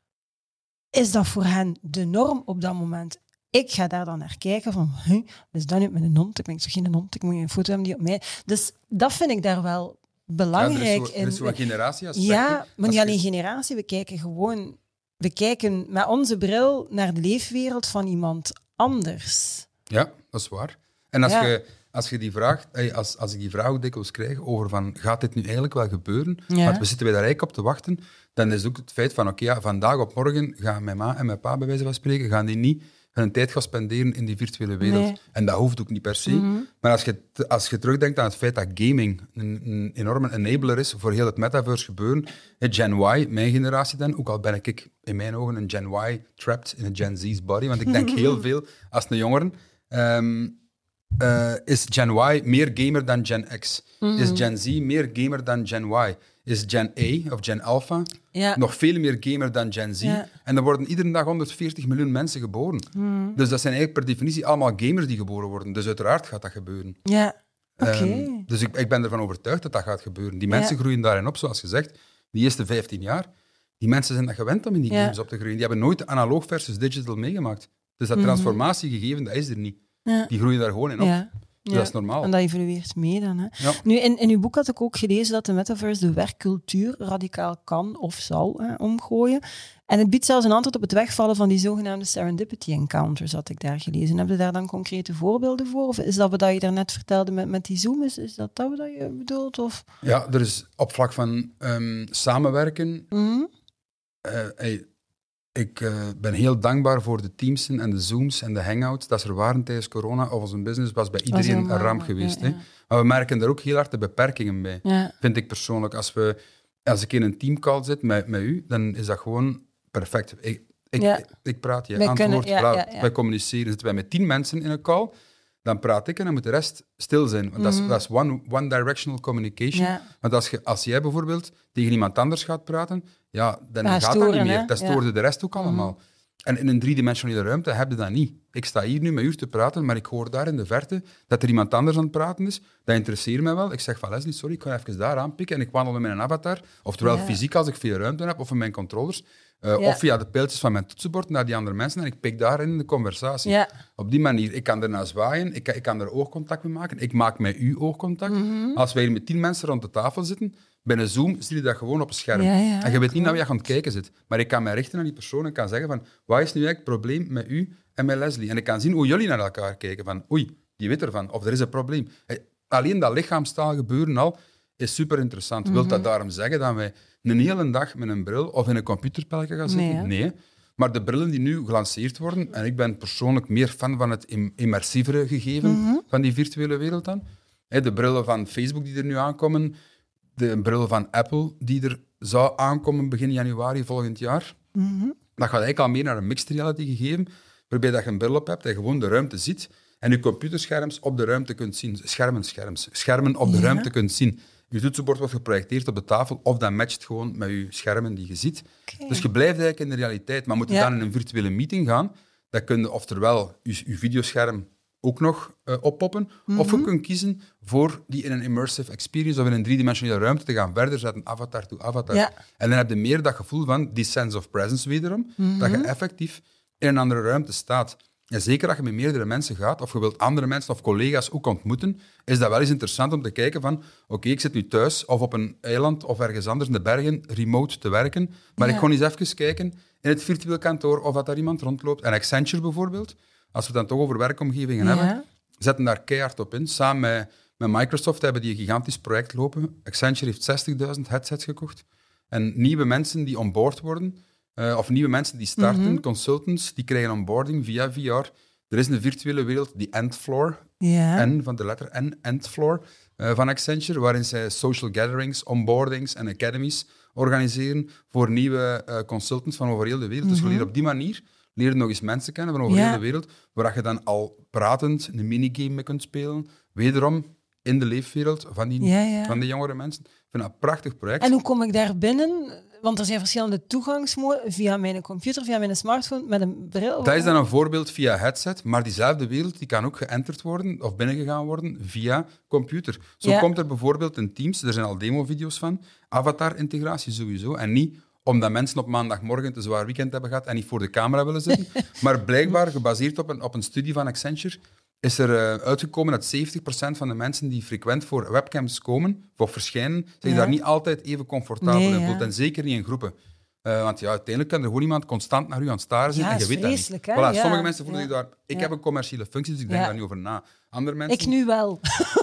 is dat voor hen de norm op dat moment. Ik ga daar dan naar kijken van, huh, wat is dat nu met een hond? Ik ben toch geen hond, ik moet een foto hebben die op mij... Dus dat vind ik daar wel belangrijk ja, er is zo'n in. generatieaspect. Ja, maar niet alleen je... generatie, we kijken gewoon... We kijken met onze bril naar de leefwereld van iemand anders. Ja, dat is waar. En als, ja. je, als, je die vraag, als, als ik die vraag ook dikwijls krijg over van, gaat dit nu eigenlijk wel gebeuren? Ja. Want we zitten wij daar eigenlijk op te wachten. Dan is ook het feit van, oké, okay, ja, vandaag op morgen gaan mijn ma en mijn pa, bij wijze van spreken, gaan die niet hun tijd gaan spenderen in die virtuele wereld. Nee. En dat hoeft ook niet per se. Mm-hmm. Maar als je, als je terugdenkt aan het feit dat gaming een, een enorme enabler is voor heel het metaverse gebeuren, Gen Y, mijn generatie dan, ook al ben ik in mijn ogen een Gen Y trapped in een Gen Z's body, want ik denk heel veel als een jongeren, um, uh, is Gen Y meer gamer dan Gen X? Mm-hmm. Is Gen Z meer gamer dan Gen Y? Is Gen A of Gen Alpha ja. nog veel meer gamer dan Gen Z? Ja. En er worden iedere dag honderdveertig miljoen mensen geboren. Mm. Dus dat zijn eigenlijk per definitie allemaal gamers die geboren worden. Dus uiteraard gaat dat gebeuren. Ja, oké. Okay. Um, dus ik, ik ben ervan overtuigd dat dat gaat gebeuren. Die mensen ja. groeien daarin op, zoals gezegd. Die eerste vijftien jaar, die mensen zijn dat gewend om in die ja. games op te groeien. Die hebben nooit analoog versus digital meegemaakt. Dus dat transformatiegegeven, dat is er niet. Ja. Die groeien daar gewoon in op. Ja. Dus ja. dat is normaal. En dat evolueert mee dan. Hè. Ja. Nu, in, in uw boek had ik ook gelezen dat de metaverse de werkcultuur radicaal kan of zal hè, omgooien. En het biedt zelfs een antwoord op het wegvallen van die zogenaamde serendipity encounters, had ik daar gelezen. Heb je daar dan concrete voorbeelden voor? Of is dat wat je daarnet vertelde met, met die Zoom? Is, is dat dat wat je bedoelt? Of? Ja, er is op vlak van um, samenwerken... Mm-hmm. Uh, hey, ik uh, ben heel dankbaar voor de Teams en de Zooms en de Hangouts dat ze er waren tijdens corona. Of onze business was bij iedereen was een ramp geweest. Ja, ja. Hè? Maar we merken daar ook heel hard de beperkingen bij. Ja. Vind ik persoonlijk. Als, we, als ik in een teamcall zit met, met u, dan is dat gewoon perfect. Ik, ik, ja. ik, ik praat, je wij antwoord, kunnen, ja, bla, ja, ja. wij communiceren. Zitten wij met tien mensen in een call, dan praat ik en dan moet de rest stil zijn. Want mm-hmm. dat is, dat is one, one-directional communication. Ja. Want als, je, als jij bijvoorbeeld tegen iemand anders gaat praten, ja, dan ja, gaat storen, dat niet meer. Hè? Dat stoorde ja. de rest ook allemaal. Mm-hmm. En in een driedimensionele ruimte heb je dat niet. Ik sta hier nu met u te praten, maar ik hoor daar in de verte dat er iemand anders aan het praten is. Dat interesseert mij wel. Ik zeg van Leslie, sorry, ik ga even daar aanpikken en ik wandel met mijn avatar. Oftewel ja. fysiek als ik veel ruimte heb, of in mijn controllers. Uh, ja. Of via de pijltjes van mijn toetsenbord naar die andere mensen en ik pik daarin de conversatie. Ja. Op die manier. Ik kan ernaar zwaaien, ik kan, ik kan er oogcontact mee maken. Ik maak met u oogcontact. Mm-hmm. Als wij hier met tien mensen rond de tafel zitten, binnen Zoom zie je dat gewoon op een scherm. Ja, ja, en je weet cool. niet naar wie je aan het kijken zit. Maar ik kan mij richten aan die persoon en kan zeggen van, wat is nu eigenlijk het probleem met u en met Leslie? En ik kan zien hoe jullie naar elkaar kijken. Van, oei, die weet ervan. Of er is een probleem. Alleen dat lichaamstaal gebeuren al is super interessant. Mm-hmm. Wil dat daarom zeggen dat wij een hele dag met een bril of in een computerspelletje gaan zitten? Nee, nee. Maar de brillen die nu gelanceerd worden, en ik ben persoonlijk meer fan van het immersievere gegeven mm-hmm. van die virtuele wereld dan. De brillen van Facebook die er nu aankomen, de bril van Apple die er zou aankomen begin januari volgend jaar. Mm-hmm. Dat gaat eigenlijk al meer naar een mixed reality gegeven, waarbij dat je een bril op hebt en gewoon de ruimte ziet en je computerscherms op de ruimte kunt zien. Schermen, scherms, schermen op de ja. ruimte kunt zien. Je toetsenbord wordt geprojecteerd op de tafel of dat matcht gewoon met je schermen die je ziet. Okay. Dus je blijft eigenlijk in de realiteit. Maar moet je ja. dan in een virtuele meeting gaan, dan kun je oftewel je, je videoscherm ook nog uh, oppoppen, mm-hmm. of je kunt kiezen voor die in een immersive experience of in een driedimensionele ruimte te gaan verder zetten, avatar to avatar. Ja. En dan heb je meer dat gevoel van die sense of presence wederom, mm-hmm. dat je effectief in een andere ruimte staat. En zeker als je met meerdere mensen gaat, of je wilt andere mensen of collega's ook ontmoeten, is dat wel eens interessant om te kijken van, oké, okay, ik zit nu thuis of op een eiland of ergens anders in de bergen remote te werken, maar ja. ik ga eens even kijken in het virtueel kantoor of dat daar iemand rondloopt. En Accenture bijvoorbeeld, als we het dan toch over werkomgevingen ja. hebben, zetten daar keihard op in. Samen met, met Microsoft hebben die een gigantisch project lopen. Accenture heeft zestigduizend headsets gekocht. En nieuwe mensen die onboard worden, uh, of nieuwe mensen die starten, mm-hmm. consultants, die krijgen onboarding via V R. Er is een virtuele wereld, die Endfloor, ja. N van de letter N, Endfloor, uh, van Accenture, waarin zij social gatherings, onboardings en academies organiseren voor nieuwe uh, consultants van over heel de wereld. Mm-hmm. Dus je leert op die manier leer nog eens mensen kennen van over ja. heel de wereld, waar je dan al pratend een minigame mee kunt spelen. Wederom in de leefwereld van die, ja, ja. van die jongere mensen. Ik vind dat een prachtig project. En hoe kom ik daar binnen? Want er zijn verschillende toegangsmodellen via mijn computer, via mijn smartphone, met een bril. Dat is dan een voorbeeld via headset, maar diezelfde wereld die kan ook geënterd worden of binnengegaan worden via computer. Zo ja. komt er bijvoorbeeld in Teams, er zijn al demo-video's van, avatar-integratie sowieso. En niet omdat mensen op maandagmorgen een zwaar weekend hebben gehad en niet voor de camera willen zitten, maar blijkbaar gebaseerd op een, op een studie van Accenture is er uh, uitgekomen dat zeventig procent van de mensen die frequent voor webcams komen, of verschijnen, zich ja. daar niet altijd even comfortabel nee, in voelt. Ja. En zeker niet in groepen. Uh, want ja, uiteindelijk kan er gewoon iemand constant naar u aan het staren zijn ja, en je weet dat niet. Hè? Voilà, ja. Sommige mensen voelen ja. zich daar... Ik ja. heb een commerciële functie, dus ik denk ja. daar niet over na. Andere mensen... Ik nu wel.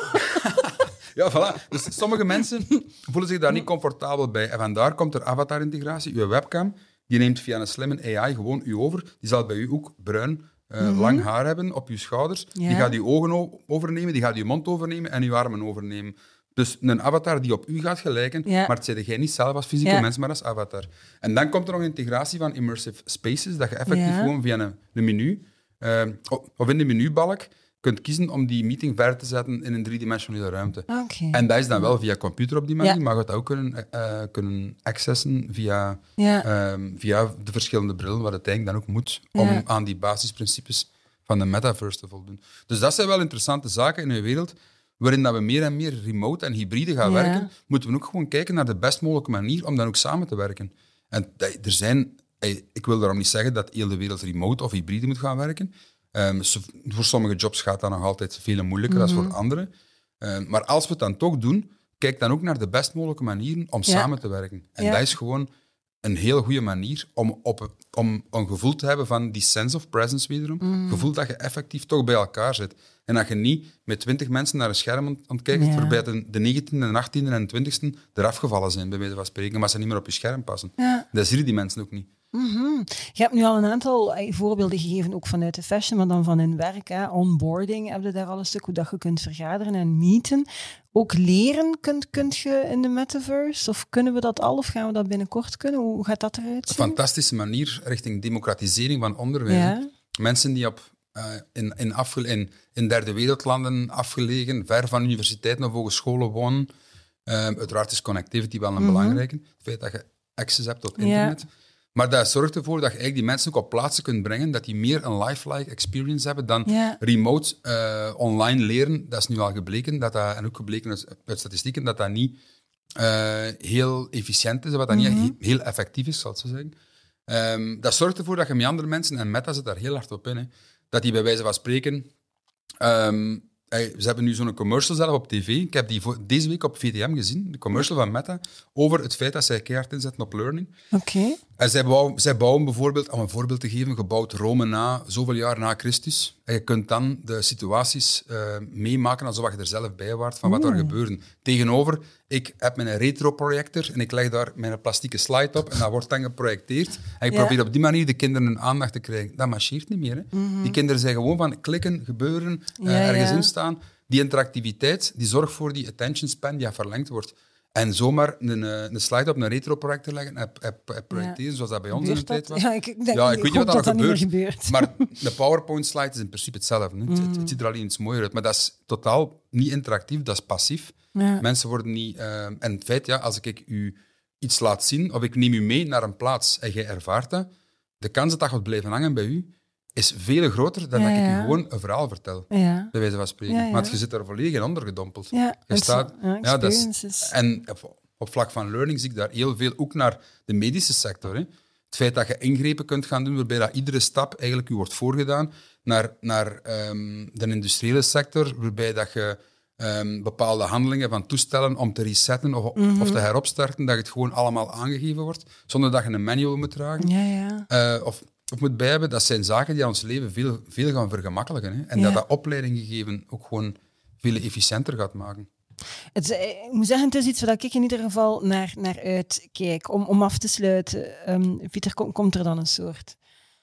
Ja, voilà. Dus sommige mensen voelen zich daar niet comfortabel bij. En vandaar komt er avatar-integratie. Uw webcam, die neemt via een slimme A I gewoon u over. Die zal bij u ook bruin, uh, mm-hmm. lang haar hebben op uw schouders. Ja. Die gaat uw ogen o- overnemen, die gaat uw mond overnemen en uw armen overnemen. Dus een avatar die op u gaat gelijken, ja. maar het zijde jij niet zelf als fysieke ja. mens, maar als avatar. En dan komt er nog een integratie van immersive spaces, dat je effectief ja. gewoon via een, een menu, uh, of in de menubalk, kunt kiezen om die meeting verder te zetten in een driedimensionele ruimte. Okay. En dat is dan wel via computer op die manier, ja. maar je gaat dat ook kunnen, uh, kunnen accessen via, ja. um, via de verschillende brillen, wat het eigenlijk dan ook moet, om ja. aan die basisprincipes van de metaverse te voldoen. Dus dat zijn wel interessante zaken in een wereld waarin dat we meer en meer remote en hybride gaan ja. werken, moeten we ook gewoon kijken naar de best mogelijke manier om dan ook samen te werken. En er zijn, ik wil daarom niet zeggen dat heel de wereld remote of hybride moet gaan werken. Um, so, voor sommige jobs gaat dat nog altijd veel moeilijker mm-hmm. dan voor anderen. Um, maar als we het dan toch doen, kijk dan ook naar de best mogelijke manieren om ja. samen te werken. En ja. dat is gewoon een heel goede manier om, op, om een gevoel te hebben van die sense of presence wederom. Mm. Gevoel dat je effectief toch bij elkaar zit. En dat je niet met twintig mensen naar een scherm aan het kijken, ja. waarbij de, de negentiende, de achttiende en de twintigste eraf gevallen zijn, bij wijze van spreken, maar ze niet meer op je scherm passen. Ja. Dat zie je die mensen ook niet. Mm-hmm. Je hebt nu al een aantal voorbeelden gegeven, ook vanuit de fashion, maar dan van in werk. Hè. Onboarding heb je daar al een stuk, hoe dat je kunt vergaderen en meeten. Ook leren kunt, kunt je in de metaverse? Of kunnen we dat al, of gaan we dat binnenkort kunnen? Hoe gaat dat eruit zien? Een fantastische manier richting democratisering van onderwijs. Ja. Mensen die op, uh, in, in, afge- in, in derde wereldlanden afgelegen, ver van universiteiten of hogescholen wonen. Uh, uiteraard is connectivity wel een mm-hmm. belangrijke. Het feit dat je access hebt tot internet. Ja. Maar dat zorgt ervoor dat je eigenlijk die mensen ook op plaatsen kunt brengen, dat die meer een lifelike experience hebben dan ja. remote uh, online leren. Dat is nu al gebleken, dat dat, en ook gebleken uit, uit statistieken, dat dat niet uh, heel efficiënt is, wat dat mm-hmm. niet heel effectief is, zal ik zo zeggen. Um, dat zorgt ervoor dat je met andere mensen, en Meta zit daar heel hard op in, hè, dat die bij wijze van spreken... Um, Hey, ze hebben nu zo'n commercial zelf op tv. Ik heb die voor, deze week op V T M gezien, de commercial van Meta, over het feit dat zij keihard inzetten op learning. Oké. Okay. En zij bouwen, zij bouwen bijvoorbeeld, om een voorbeeld te geven, gebouwd Rome na zoveel jaar na Christus. En je kunt dan de situaties uh, meemaken alsof je er zelf bij waart van wat er gebeurde. Tegenover, ik heb mijn retroprojector en ik leg daar mijn plastieke slide op en dat wordt dan geprojecteerd. En ik ja. probeer op die manier de kinderen hun aandacht te krijgen. Dat marcheert niet meer. Hè. Mm-hmm. Die kinderen zijn gewoon van klikken, gebeuren, ja, uh, ergens ja. in staan. Die interactiviteit, die zorgt voor die attention span die verlengd wordt. En zomaar een, een slide op een retroprojector leggen en, en, en projecteren, ja. zoals dat bij ons gebeurt in de tijd was. Ja, ik, denk, ja, ik, ik weet niet wat dat er gebeurt, gebeurt. Maar de PowerPoint-slide is in principe hetzelfde. Hè. Mm. Het, het ziet er alleen iets mooier uit, maar dat is totaal niet interactief, dat is passief. Ja. Mensen worden niet... Uh, en het feit, ja, als ik u iets laat zien, of ik neem u mee naar een plaats en jij ervaart dat, de kans dat dat gaat blijven hangen bij u, is veel groter dan ja, dat ik ja. u gewoon een verhaal vertel, ja. bij wijze van spreken. Ja, ja. Want je zit daar volledig in ondergedompeld. Ja, je staat, ja, ja, dat is, en op, op vlak van learning zie ik daar heel veel, ook naar de medische sector. Hè. Het feit dat je ingrepen kunt gaan doen, waarbij dat iedere stap eigenlijk u wordt voorgedaan, naar, naar um, de industriële sector, waarbij dat je um, bepaalde handelingen van toestellen om te resetten of, mm-hmm. of te heropstarten, dat het gewoon allemaal aangegeven wordt, zonder dat je een manual moet dragen. Ja, ja. Uh, of ook moet bij hebben, dat zijn zaken die ons leven veel, veel gaan vergemakkelijken. Hè? En Ja. dat dat opleiding gegeven ook gewoon veel efficiënter gaat maken. Het, ik moet zeggen, het is iets waar ik in ieder geval naar, naar uitkijk. Om, om af te sluiten, um, Pieter, kom, komt er dan een soort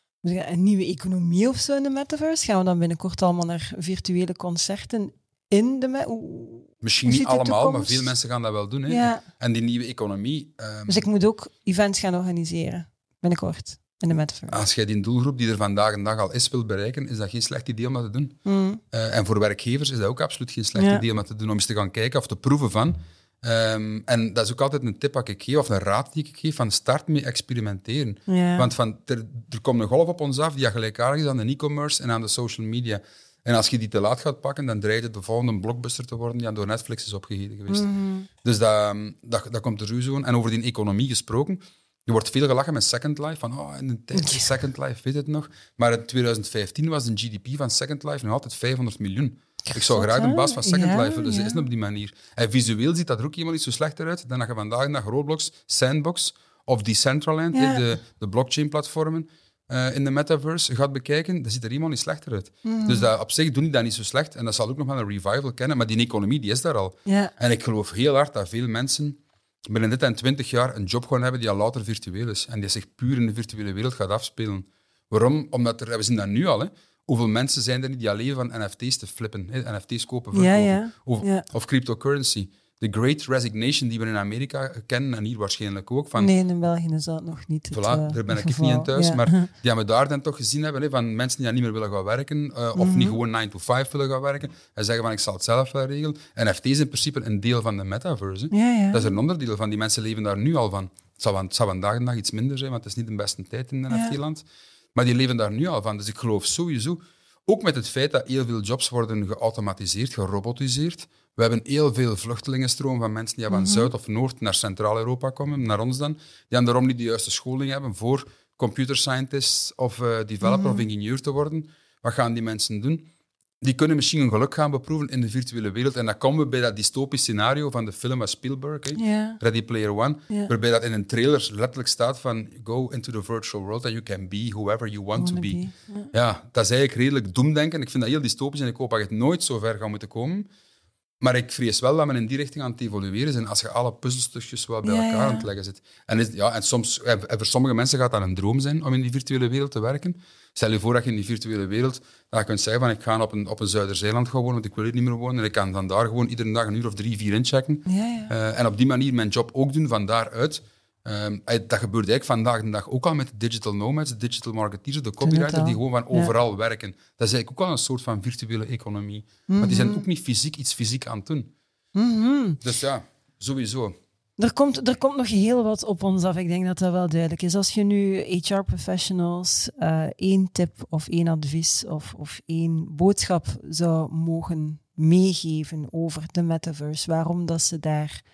een nieuwe economie of zo in de metaverse? Gaan we dan binnenkort allemaal naar virtuele concerten in de metaverse? Misschien niet allemaal, maar veel mensen gaan dat wel doen. Hè? Ja. En die nieuwe economie... Um, dus ik moet ook events gaan organiseren, binnenkort, in de metaverse. Als jij die doelgroep die er vandaag een dag al is wil bereiken, is dat geen slecht idee om dat te doen. Mm. Uh, en voor werkgevers is dat ook absoluut geen slecht ja. idee om dat te doen, om eens te gaan kijken of te proeven van. Um, en dat is ook altijd een tip dat ik geef, of een raad die ik geef, van start mee experimenteren. Ja. Want van, er, er komt een golf op ons af die gelijkaardig is aan de e-commerce en aan de social media. En als je die te laat gaat pakken, dan dreigt het de volgende blockbuster te worden die door Netflix is opgegeten geweest. Mm-hmm. Dus dat, dat, dat komt er sowieso aan. En over die economie gesproken, er wordt veel gelachen met Second Life, van oh, in de tijd van Second Life, weet het nog. Maar in twintig vijftien was de G D P van Second Life nog altijd vijfhonderd miljoen. Ik zou graag de baas van Second ja, Life willen zijn, ja. is op die manier. En visueel ziet dat er ook helemaal niet zo slechter uit dan dat je vandaag de dag Roblox, Sandbox of Decentraland, ja. de, de blockchain-platformen, uh, in de metaverse gaat bekijken. Dat ziet er helemaal niet slechter uit. Mm. Dus dat, op zich doen die dat niet zo slecht. En dat zal ook nog wel een revival kennen, maar die economie die is daar al. Ja. En ik geloof heel hard dat veel mensen binnen dit en twintig jaar een job gaan hebben die al later virtueel is. En die zich puur in de virtuele wereld gaat afspelen. Waarom? Omdat er, we zien dat nu al, hè. Hoeveel mensen zijn er niet die al leven van N F T's te flippen? Hè? N F T's kopen, verkopen. Ja, ja. Of, ja. of cryptocurrency. De Great Resignation die we in Amerika kennen, en hier waarschijnlijk ook. Van, nee, in België is dat nog niet het Voilà, uh, daar ben ik geval. niet in thuis. Ja. Maar die hebben we daar dan toch gezien hebben, hè, van mensen die dan niet meer willen gaan werken, uh, of Mm-hmm. niet gewoon nine to five willen gaan werken, en zeggen van ik zal het zelf wel regelen. N F T is in principe een deel van de metaverse. Hè. Ja, ja. Dat is een onderdeel van. Die mensen leven daar nu al van. Het zal, het zal vandaag de dag iets minder zijn, want het is niet de beste tijd in N F T-land. Maar die leven daar nu al van. Dus ik geloof sowieso, ook met het feit dat heel veel jobs worden geautomatiseerd, gerobotiseerd. We hebben heel veel vluchtelingenstroom van mensen die van Mm-hmm. Zuid of Noord naar Centraal-Europa komen, naar ons dan. Die dan daarom niet de juiste scholing hebben voor computer scientist of uh, developer Mm-hmm. of ingenieur te worden. Wat gaan die mensen doen? Die kunnen misschien hun geluk gaan beproeven in de virtuele wereld. En dan komen we bij dat dystopisch scenario van de film van Spielberg, hè? Ja. Ready Player One, Ja. waarbij dat in een trailer letterlijk staat van go into the virtual world and you can be whoever you want to be. be. Ja. ja, dat is eigenlijk redelijk doemdenken. Ik vind dat heel dystopisch en ik hoop dat het nooit zo ver gaat moeten komen. Maar ik vrees wel dat we in die richting aan het evolueren zijn als je alle puzzelstukjes wel bij Ja, elkaar ja. aan het leggen zit. En, is, ja, en, soms, en voor sommige mensen gaat dat een droom zijn om in die virtuele wereld te werken. Stel je voor dat je in die virtuele wereld dat je kunt zeggen van ik ga op een, op een Zuiderzeiland gaan wonen, want ik wil hier niet meer wonen. En ik kan dan daar gewoon iedere dag een uur of drie, vier inchecken. Ja, ja. Uh, en op die manier mijn job ook doen van daaruit. Um, dat gebeurt eigenlijk vandaag de dag ook al met de digital nomads, de digital marketeers, de copywriters, die gewoon van overal ja. werken. Dat is eigenlijk ook al een soort van virtuele economie. Mm-hmm. Maar die zijn ook niet fysiek iets fysiek aan het doen. Mm-hmm. Dus ja, sowieso. Er komt, er komt nog heel wat op ons af. Ik denk dat dat wel duidelijk is. Als je nu H R-professionals uh, één tip of één advies of, of één boodschap zou mogen meegeven over de metaverse, waarom dat ze daar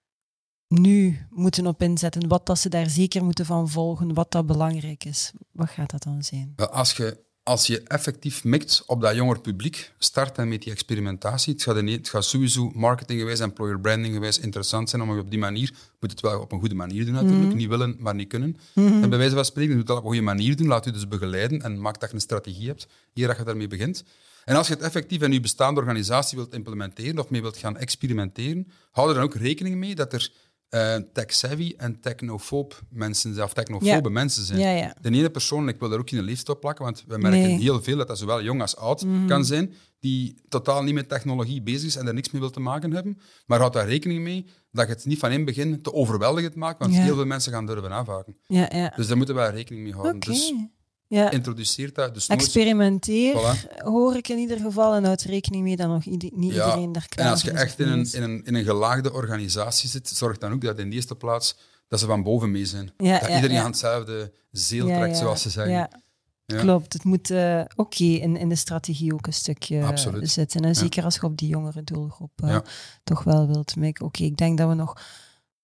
nu moeten op inzetten, wat dat ze daar zeker moeten van volgen, wat dat belangrijk is, wat gaat dat dan zijn? Als je, als je effectief mikt op dat jonger publiek, start dan met die experimentatie. Het gaat, een, het gaat sowieso marketinggewijs, employer brandinggewijs interessant zijn, om je op die manier, moet het wel op een goede manier doen natuurlijk, mm-hmm. niet willen, maar niet kunnen. Mm-hmm. En bij wijze van spreken, doe het dat op een goede manier doen, laat je dus begeleiden en maak dat je een strategie hebt, eer dat je daarmee begint. En als je het effectief in je bestaande organisatie wilt implementeren of mee wilt gaan experimenteren, hou er dan ook rekening mee dat er Uh, tech-savvy en technofoob mensen zijn, of technofobe ja. mensen zijn. Ja, ja. De ene persoon, ik wil daar ook geen leeftijd op plakken, want we merken nee. heel veel dat dat zowel jong als oud mm-hmm. kan zijn, die totaal niet met technologie bezig is en er niks mee wil te maken hebben. Maar houd daar rekening mee dat je het niet van in het begin te overweldigend maakt, want ja. heel veel mensen gaan durven afhaken. Ja, ja. Dus daar moeten we rekening mee houden. Okay. Dus ja. introduceer dat. Dus experimenteer, voilà. hoor ik in ieder geval, en houd rekening mee dat nog ieder, niet ja. iedereen daar klaar is. En als je is echt in een, in, een, in een gelaagde organisatie zit, zorg dan ook dat in de eerste plaats dat ze van boven mee zijn. Ja, dat ja, iedereen ja. aan hetzelfde zeel ja, trekt, ja. zoals ze zeggen. Ja. Ja. Klopt, het moet uh, oké okay, in, in de strategie ook een stukje Absoluut. zitten. En zeker ja. als je op die jongere doelgroep uh, ja. toch wel wilt mikken. Oké, okay, ik denk dat we nog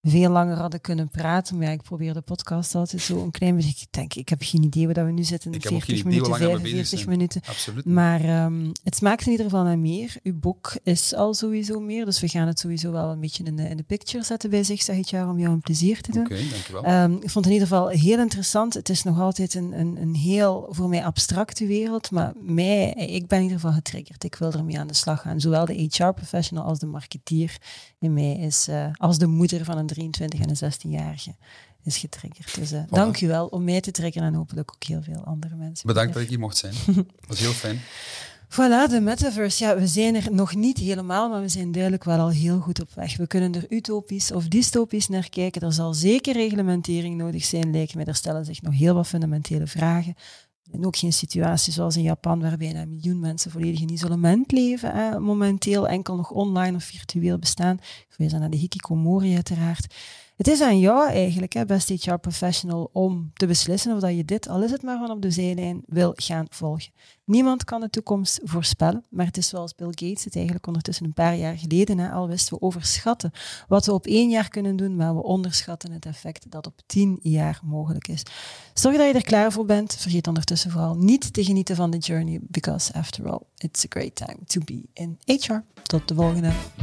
veel langer hadden kunnen praten. Maar ja, ik probeer de podcast altijd zo een klein beetje. Ik denk, ik heb geen idee waar we nu zitten. Ik heb ook geen veertig idee hoe minuten, lang we bezig vijfenveertig zijn. minuten. Absoluut. Maar um, het smaakt in ieder geval naar meer. Uw boek is al sowieso meer. Dus we gaan het sowieso wel een beetje in de, in de picture zetten bij zich, zeg ik jou, om jou een plezier te doen. Oké, okay, dankjewel. Um, ik vond het in ieder geval heel interessant. Het is nog altijd een, een, een heel, voor mij, abstracte wereld. Maar mij, ik ben in ieder geval getriggerd. Ik wil ermee aan de slag gaan. Zowel de H R-professional als de marketeer in mij is, uh, als de moeder van een drieëntwintig- en een zestienjarige is getriggerd. Dus uh, voilà. Dank u wel om mij te triggeren en hopelijk ook heel veel andere mensen. Bedankt dat ik hier mocht zijn. Dat was heel fijn. Voilà, de metaverse. Ja, we zijn er nog niet helemaal, maar we zijn duidelijk wel al heel goed op weg. We kunnen er utopisch of dystopisch naar kijken. Er zal zeker reglementering nodig zijn, lijkt mij. Er stellen zich nog heel wat fundamentele vragen. En ook geen situatie zoals in Japan, waar bijna een miljoen mensen volledig in isolement leven. Hè, momenteel enkel nog online of virtueel bestaan. Ik verwijs naar de hikikomori uiteraard. Het is aan jou eigenlijk, hè, beste H R-professional, om te beslissen of dat je dit, al is het maar van op de zijlijn, wil gaan volgen. Niemand kan de toekomst voorspellen, maar het is zoals Bill Gates het eigenlijk ondertussen een paar jaar geleden hè, al wist. We overschatten wat we op één jaar kunnen doen, maar we onderschatten het effect dat op tien jaar mogelijk is. Zorg dat je er klaar voor bent. Vergeet ondertussen vooral niet te genieten van de journey, because after all, it's a great time to be in H R. Tot de volgende.